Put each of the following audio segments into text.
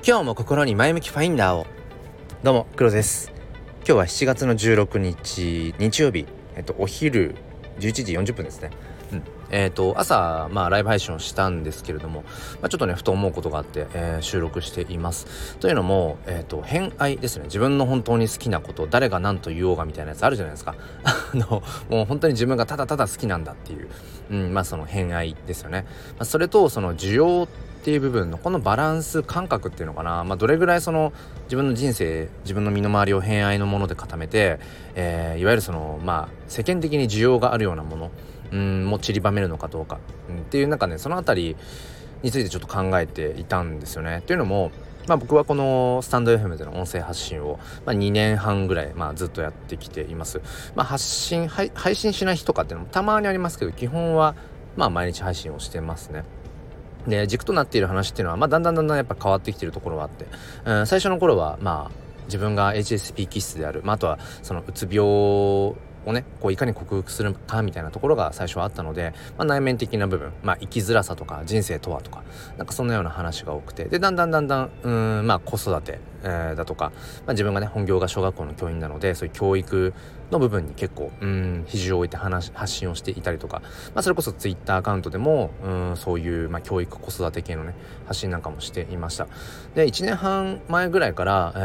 今日も心に前向きファインダーを。どうも黒です。今日は7月の16日日曜日、お昼11時40分ですね。朝ライブ配信をしたんですけれども、ちょっとねふと思うことがあって、収録しています。というのも、偏愛ですね。自分の本当に好きなこと、誰が何と言おうがみたいなやつあるじゃないですか。もう本当に自分がただただ好きなんだっていう、その偏愛ですよね。それとその需要っていう部分のこのバランス感覚っていうのかな、どれぐらいその自分の人生、自分の身の回りを偏愛のもので固めて、いわゆるその世間的に需要があるようなものもう散りばめるのかどうか、っていうそのあたりについてちょっと考えていたんですよね。というのも、僕はこのスタンド FM での音声発信を、2年半ぐらい、ずっとやってきています。配信しない日とかっていうのもたまにありますけど、基本は毎日配信をしてますね。で、軸となっている話っていうのは、だんだんやっぱ変わってきているところはあって、最初の頃は自分が HSP 気質である、あとはそのうつ病をねいかに克服するかみたいなところが最初はあったので、内面的な部分、生きづらさとか人生とはとかそんなような話が多くて、でだんだん子育て、だとか、自分がね本業が小学校の教員なので、そういう教育の部分に結構比重を置いて発信をしていたりとか、それこそツイッターアカウントでもそういう、教育子育て系のね発信なんかもしていました。で1年半前ぐらいから、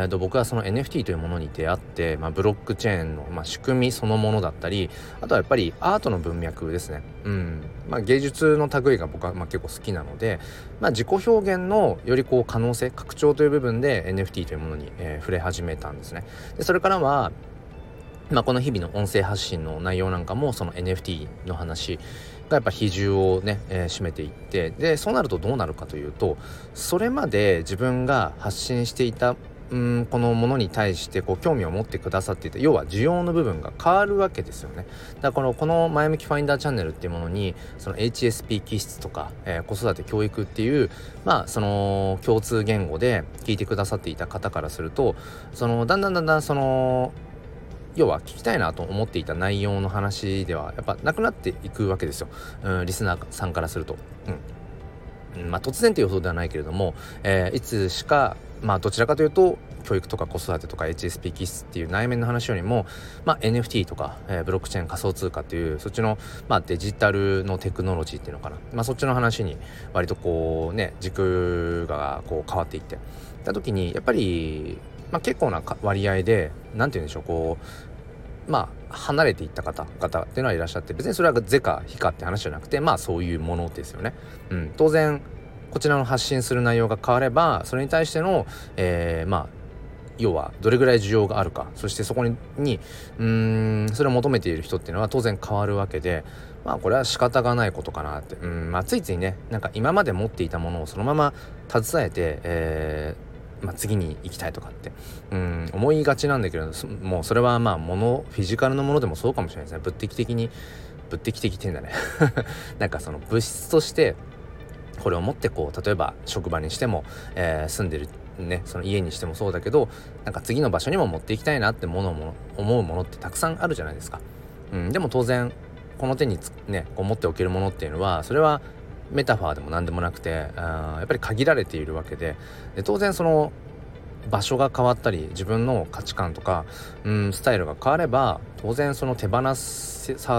僕はその NFT というものに出会って、ブロックチェーンの、仕組みそのものだったり、あとはやっぱりアートの文脈ですね。芸術の類が僕は結構好きなので、自己表現のより可能性拡張という部分で NFT というものに、触れ始めたんですね。でそれからはこの日々の音声発信の内容なんかもその NFT の話がやっぱ比重をね、占めていって、でそうなるとどうなるかというと、それまで自分が発信していたこのものに対して興味を持ってくださっていた、要は需要の部分が変わるわけですよね。だからこの前向きファインダーチャンネルっていうものに、その HSP 気質とか、子育て教育っていうその共通言語で聞いてくださっていた方からすると、そのだんだんその要は聞きたいなと思っていた内容の話ではやっぱなくなっていくわけですよ。リスナーさんからすると、突然というほどではないけれども、いつしかどちらかというと教育とか子育てとか HSP 気質っていう内面の話よりも、NFT とか、ブロックチェーン仮想通貨っていうそっちの、デジタルのテクノロジーっていうのかな、そっちの話に割と軸が変わっていってた時に、やっぱり、結構な割合でなんて言うんでしょう、離れていった方々っていうのはいらっしゃって、別にそれは是か非かって話じゃなくて、そういうものですよね。当然こちらの発信する内容が変われば、それに対しての、要はどれぐらい需要があるか、そしてそこにそれを求めている人っていうのは当然変わるわけで、これは仕方がないことかなって、ついついね今まで持っていたものをそのまま携えて、次に行きたいとかって思いがちなんだけど、もうそれはフィジカルのものでもそうかもしれないですね。物的的って言うんだねその物質としてこれを持って例えば職場にしても、住んでるねその家にしてもそうだけど、次の場所にも持っていきたいなって思うものってたくさんあるじゃないですか。でも当然この手に持っておけるものっていうのは、それはメタファーでも何でもなくて、やっぱり限られているわけで、当然その場所が変わったり自分の価値観とかスタイルが変われば、当然その手放さ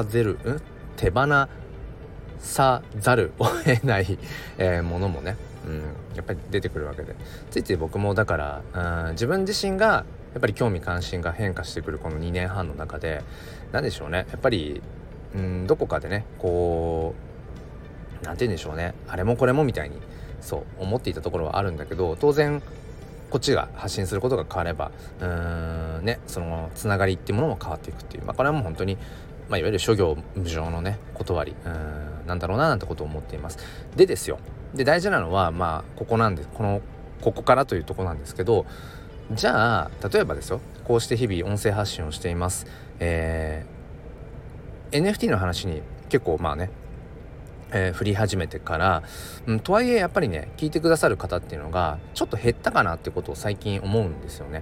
ざるを得ない、ものもね、やっぱり出てくるわけで、ついつい僕もだから自分自身がやっぱり興味関心が変化してくるこの2年半の中で、なんでしょうね、やっぱりどこかでねなんて言うんでしょうね、あれもこれもみたいにそう思っていたところはあるんだけど、当然こっちが発信することが変わればそのつながりっていうものも変わっていくっていう、これはもう本当にいわゆる諸行無常のね断りなんだろうななんてことを思っています。でですよ、で大事なのはここなんで、ここからというところなんですけど、じゃあ例えばですよ、こうして日々音声発信をしています、NFT の話に結構振り始めてから、とはいえやっぱりね聞いてくださる方っていうのがちょっと減ったかなってことを最近思うんですよね。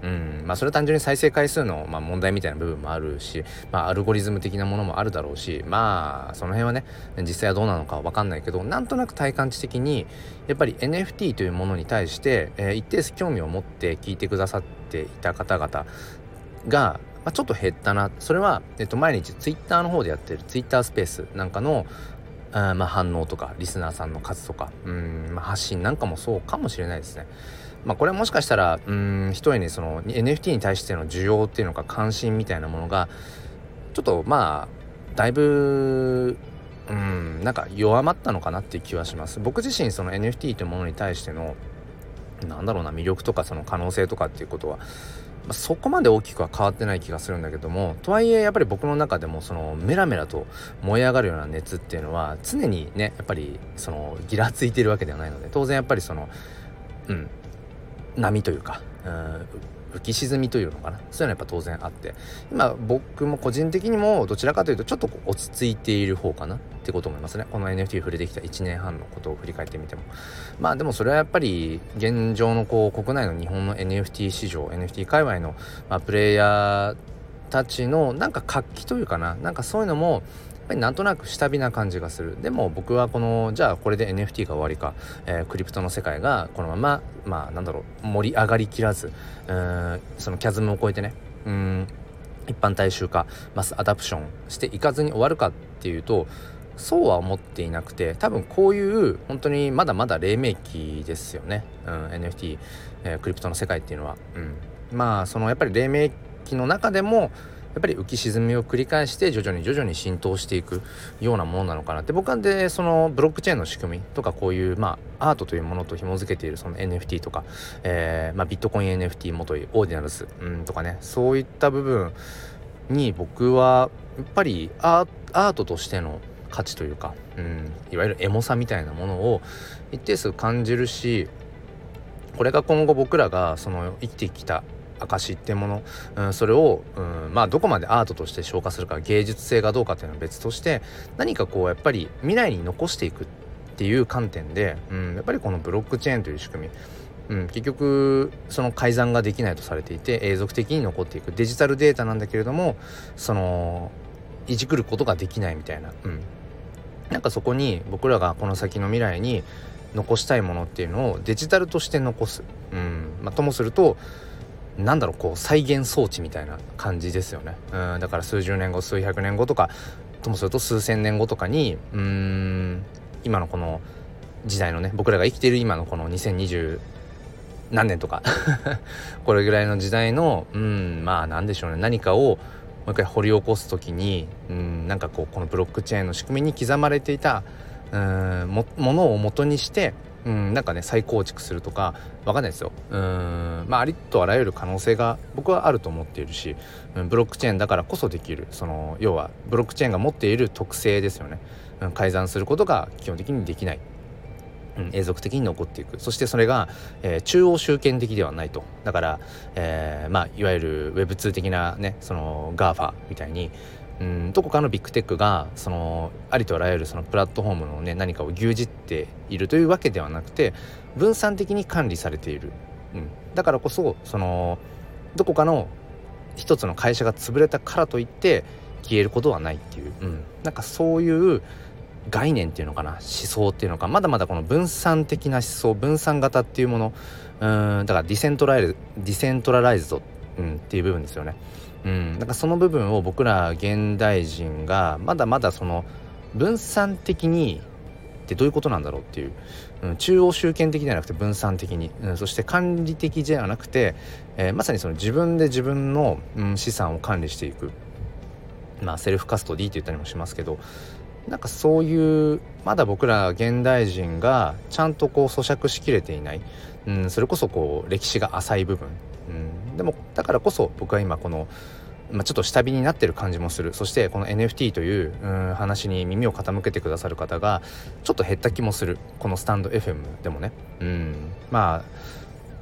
それは単純に再生回数の、問題みたいな部分もあるし、アルゴリズム的なものもあるだろうし、その辺はね実際はどうなのかは分かんないけど、なんとなく体感値的にやっぱり NFT というものに対して、一定数興味を持って聞いてくださっていた方々が、ちょっと減ったな。それは、毎日ツイッターの方でやってるツイッタースペースなんかの反応とかリスナーさんの数とか発信なんかもそうかもしれないですね。これはもしかしたら一重にその NFT に対しての需要っていうのか関心みたいなものがちょっとだいぶなんか弱まったのかなっていう気はします。僕自身その NFT というものに対しての魅力とかその可能性とかっていうことはそこまで大きくは変わってない気がするんだけども、とはいえやっぱり僕の中でもそのメラメラと燃え上がるような熱っていうのは常にねやっぱりそのギラついてるわけではないので、当然やっぱりその波というか浮き沈みというのかな、そういうのはやっぱ当然あって、今僕も個人的にもどちらかというとちょっと落ち着いている方かなってこと思いますね。この NFT 触れてきた1年半のことを振り返ってみてもでもそれはやっぱり現状の国内の日本の NFT 市場 NFT 界隈の、プレイヤーたちのなんか活気というかな、なんかそういうのもやっぱりなんとなく下火な感じがする。でも僕はじゃあこれで NFT が終わりか、クリプトの世界がこのまま盛り上がりきらずそのキャズムを超えてね一般大衆化マスアダプションしていかずに終わるかっていうとそうは思っていなくて、多分こういう本当にまだまだ黎明期ですよね、NFT、クリプトの世界っていうのは、そのやっぱり黎明期の中でもやっぱり浮き沈みを繰り返して徐々に浸透していくようなものなのかなって。僕はそのブロックチェーンの仕組みとかこういうアートというものと紐づけているその NFT とか、ビットコイン NFT 元いオーディナルスとかね、そういった部分に僕はやっぱりアートとしての価値というか、いわゆるエモさみたいなものを一定数感じるし、これが今後僕らがその生きてきた証っていうもの、それを、どこまでアートとして消化するか、芸術性がどうかっていうのは別として、何かやっぱり未来に残していくっていう観点で、やっぱりこのブロックチェーンという仕組み、結局その改ざんができないとされていて永続的に残っていくデジタルデータなんだけれども、そのいじくることができないみたいな、なんかそこに僕らがこの先の未来に残したいものっていうのをデジタルとして残す、ともすると再現装置みたいな感じですよね。だから数十年後数百年後とかともすると数千年後とかに今のこの時代のね、僕らが生きている今のこの2020何年とかこれぐらいの時代のなんでしょうね、何かをもう一回掘り起こすときにこのブロックチェーンの仕組みに刻まれていたものを元にして再構築するとかわかんないですよ。ありとあらゆる可能性が僕はあると思っているし、ブロックチェーンだからこそできる要はブロックチェーンが持っている特性ですよね。改ざんすることが基本的にできない、永続的に残っていく。そしてそれが、中央集権的ではないと。だから、いわゆる Web2 的なね、その GAFA みたいにどこかのビッグテックがありとあらゆるそのプラットフォームのね何かを牛耳っているというわけではなくて、分散的に管理されている、だからこそどこかの一つの会社が潰れたからといって消えることはないっていう、そういう概念っていうのかな、思想っていうのか、まだまだこの分散的な思想、分散型っていうもの、だからディセントラライズド、っていう部分ですよね。その部分を僕ら現代人がまだまだその分散的にってどういうことなんだろうっていう、中央集権的ではなくて分散的に、そして管理的ではなくて、まさにその自分で自分の、資産を管理していく、セルフカストディって言ったりもしますけど、そういうまだ僕ら現代人がちゃんと咀嚼しきれていない、それこそ歴史が浅い部分、でもだからこそ僕は今この、ちょっと下火になってる感じもする。そしてこの NFT という、話に耳を傾けてくださる方がちょっと減った気もする。このスタンド FM でもね、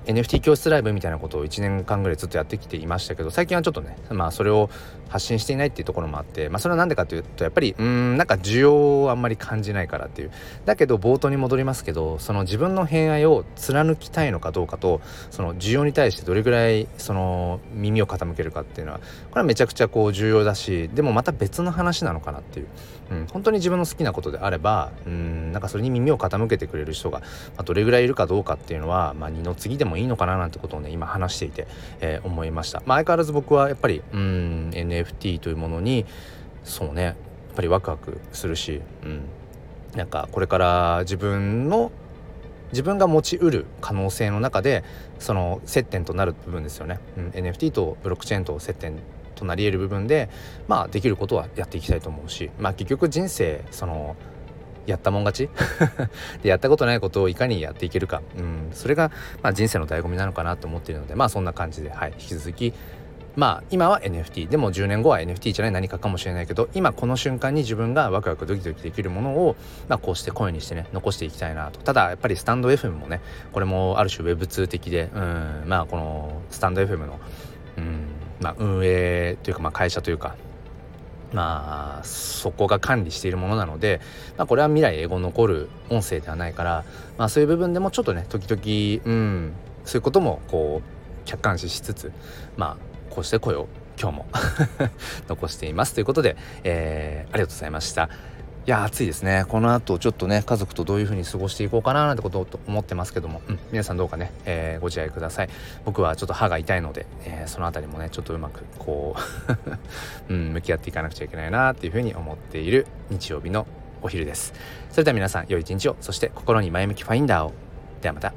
NFT 教室ライブみたいなことを1年間ぐらいずっとやってきていましたけど、最近はちょっとねそれを発信していないっていうところもあって、それはなんでかというとやっぱりなんか需要をあんまり感じないからっていう。だけど冒頭に戻りますけど、その自分の偏愛を貫きたいのかどうかと、その需要に対してどれぐらいその耳を傾けるかっていうのは、これはめちゃくちゃ重要だし、でもまた別の話なのかなっていう。本当に自分の好きなことであればなんかそれに耳を傾けてくれる人が、どれぐらいいるかどうかっていうのは、二の次でもいいのかななんてことをね今話していて、思いました。相変わらず僕はやっぱりNFT というものにそうねやっぱりワクワクするし、なんかこれから自分が持ちうる可能性の中でその接点となる部分ですよね、NFT とブロックチェーンと接点となり得る部分でできることはやっていきたいと思うし、結局人生そのやったもん勝ちでやったことないことをいかにやっていけるか、それが人生の醍醐味なのかなと思っているので、そんな感じで、引き続き今は NFT でも10年後は NFT じゃない何かかもしれないけど、今この瞬間に自分がワクワクドキドキできるものを、こうして声にしてね残していきたいなと。ただやっぱりスタンド FM もね、これもある種 Web2 的で、このスタンド FM の運営というか会社というかそこが管理しているものなので、これは未来永劫残る音声ではないから、そういう部分でもちょっとね時々そういうことも客観視しつつこうして声を今日も残していますということで、ありがとうございました。いや暑いですね。この後ちょっとね家族とどういう風に過ごしていこうかななんてことを思ってますけども、皆さんどうかね、ご自愛ください。僕はちょっと歯が痛いので、そのあたりもねちょっとうまく向き合っていかなくちゃいけないなっていう風に思っている日曜日のお昼です。それでは皆さん良い一日を、そして心に前向きファインダーを。ではまた。